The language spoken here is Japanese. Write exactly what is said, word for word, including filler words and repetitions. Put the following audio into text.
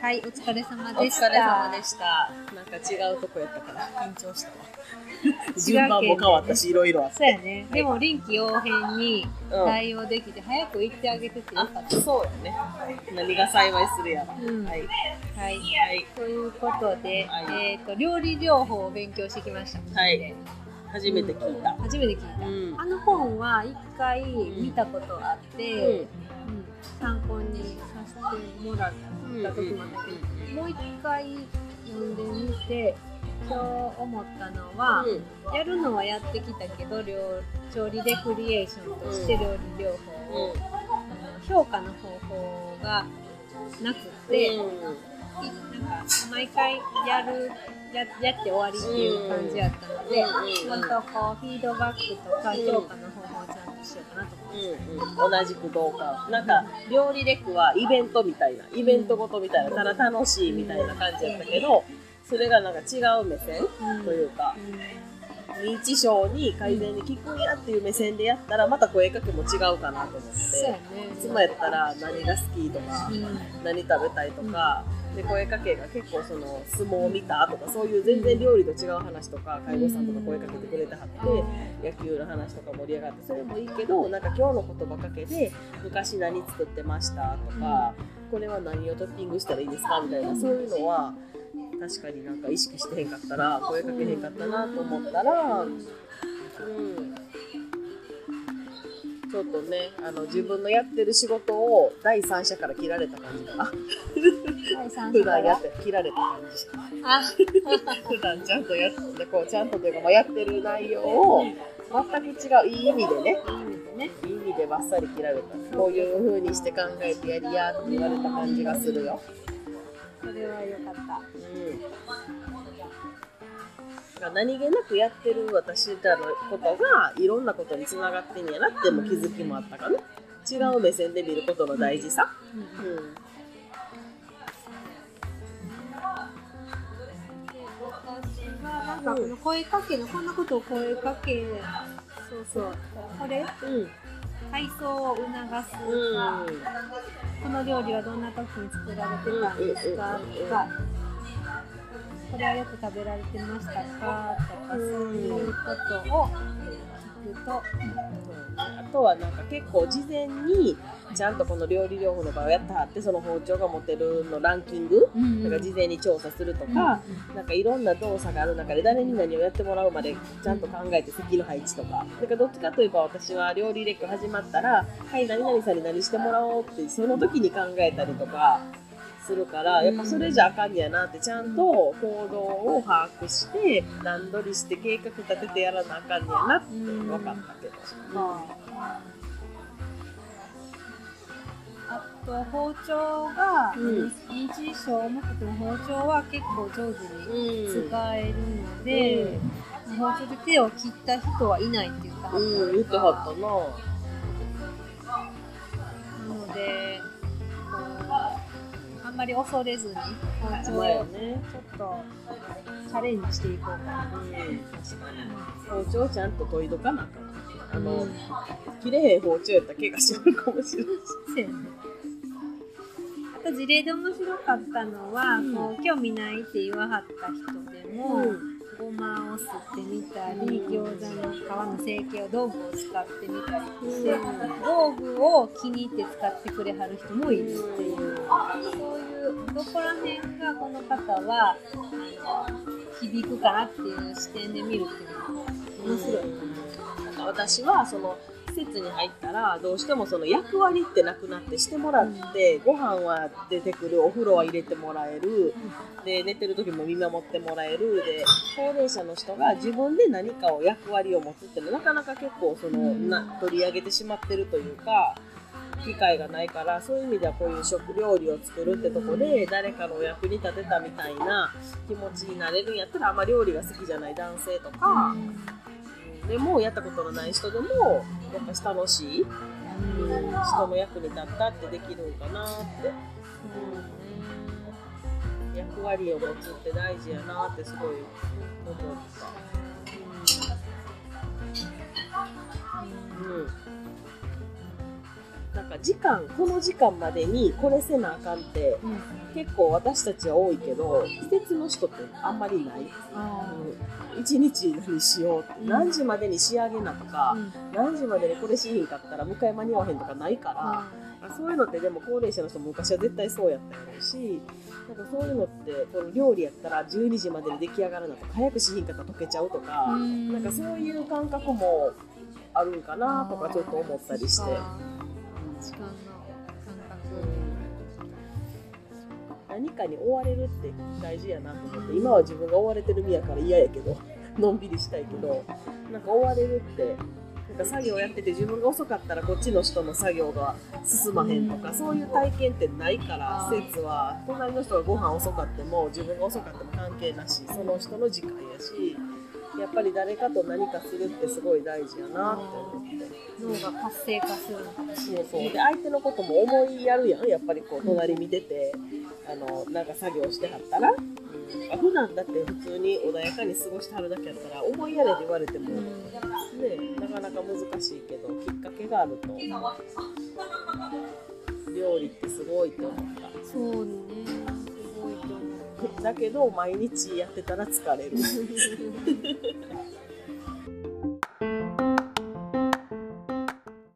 はい、お疲れ様おでした。 疲れ様でした。なんか違うとこやったから緊張したわ。順番も変わったし、いろいろあって。 そうやね。でも臨機応変に対応できて、うん、早く行ってあげててよかった。 そうやね。何が幸いするやら。 うん、 はい、はいはい、はい。ということで、はい、えっ、ー、と料理療法を勉強してきました。 はい。初めて聞いた。 うん、初めて聞いた。うん、あの本は一回見たことあって、うんうん、参考にさせてもらった時もあったけど、うん、もう一回読んでみて今日思ったのは、うん、やるのはやってきたけど調理レクリエーションとして料理療法を、うん、あの評価の方法がなくて、うん、なんか毎回やるや, やって終わりっていう感じやったので、うん、もっとこうフィードバックとか評価の方法をちゃんとしようかなと思って、 うんうん、同じくどうかなんか料理レクはイベントみたいなイベントごとみたいなただ楽しいみたいな感じやったけど、それがなんか違う目線というか、認知症に改善に効くんやっていう目線でやったらまた声かけも違うかなと思って、ね、いつもやったら何が好きとか、うん、何食べたいとか、うん、で声かけが結構その相撲を見たとかそういう全然料理と違う話とか介護士さんとか声かけてくれてはって、野球の話とか盛り上がってそれもいいけどなんか今日の言葉かけで昔何作ってましたとか、これは何をトッピングしたらいいですかみたいなそういうのは確かになんか意識してへんかったら声かけへんかったなと思ったら、うん、ちょっとねあの自分のやってる仕事を第三者から切られた感じかな。普段やって切られた感じ。あ普段ちゃんとやってこうちゃんとというか、まあ、やってる内容を全く違ういい意味でね、いい意味でバッサリ切られた。こういう風にして考えてやりやって言われた感じがするよ。 それは良かった。 うん、何気なくやってる私らのことがいろんなことにつながってんやなっても気づきもあったかな。違う目線で見ることの大事さ。うんうん、 私はなんかこの声かけのこんなことを声かけそうそうこれ、うん体操を促すか、うん、この料理はどんな時に作られてたんですかとか、これはよく食べられてましたかとか、そういうことを聞くと、 あとはなんか結構事前にちゃんとこの料理療法の場合をやってはってその包丁が持てるのランキング、うんうん、なんか事前に調査するとか、うんうん、なんかいろんな動作がある中で誰に何をやってもらうまでちゃんと考えて席の配置とか、だからどっちかといえば私は料理レク始まったらはい何々さんに何してもらおうってその時に考えたりとかするからやっぱそれじゃあかんやなってちゃんと行動を把握して段取りして計画立ててやらなあかんやなって分かったけど、うんうんあと包丁が、うん、認知症を持ってても包丁は結構上手に使えるので、うん、包丁で手を切った人はいないって言ったはった、 うん、言ってはったな。 なのであんまり恐れずに包丁をちょっとチャレンジしていこうかな、うん、確かに包丁ちゃんと研いどかなあかんあの、うん、切れへん包丁やったら怪我しるかもしれないしあと事例で面白かったのは、うん、こう興味ないって言わはった人でも、うん、ごまをすってみたり、うん、餃子の皮の成形を道具を使ってみたりして、うん、道具を気に入って使ってくれはる人もいるっていう、うん、そういうどこら辺がこの方はあの響くかなっていう視点で見るっていうのが面白い、うん私はその施設に入ったらどうしてもその役割ってなくなってしてもらって、うん、ご飯は出てくるお風呂は入れてもらえる、うん、で寝てる時も見守ってもらえるで高齢者の人が自分で何かを役割を持つっていうのはなかなか結構その、うん、な取り上げてしまってるというか機会がないからそういう意味ではこういう食料理を作るってとこで誰かのお役に立てたみたいな気持ちになれるんやったらあんま料理が好きじゃない男性とか、うんでもやったことのない人でもやっぱ楽しい、うん、人の役に立ったってできるんかなって、うん、役割を持つって大事やなってすごい思った、うんうん、なんかか時間この時間までにこれせなあかんって、うん、結構私たちは多いけど季節の人ってあんまりない。うん、いちにち何しようって、うん、何時までに仕上げなとか、うん、何時までにこれしひんかったら迎え間に合わへんとかないから、うん、そういうのってでも高齢者の人も昔は絶対そうやったやろうし、なんかそういうのってこの料理やったらじゅうにじまでに出来上がらなとか早くしひんかったら溶けちゃうとか、うん、なんかそういう感覚もあるんかなとかちょっと思ったりして、時間の感覚、うん、何かに追われるって大事やなと思って、今は自分が追われてる身やから嫌やけどのんびりしたいけど、なんか追われるってなんか作業やってて自分が遅かったらこっちの人の作業が進まへんとか、そういう体験ってないから、施設は隣の人がご飯遅かっても自分が遅かっても関係なし、その人の時間やし、やっぱり誰かと何かするってすごい大事やなって思って、 脳が活性化するのかもしれない。 そうそうで相手のことも思いやるやん、やっぱりこう隣見てて、あのなんか作業してはったら、うん、普段だって普通に穏やかに過ごしてはるだけやったら思いやれって言われても、ね、なかなか難しいけどきっかけがあると料理ってすごいと思った。 そうね、すごいと思う。 だけど毎日やってたら疲れる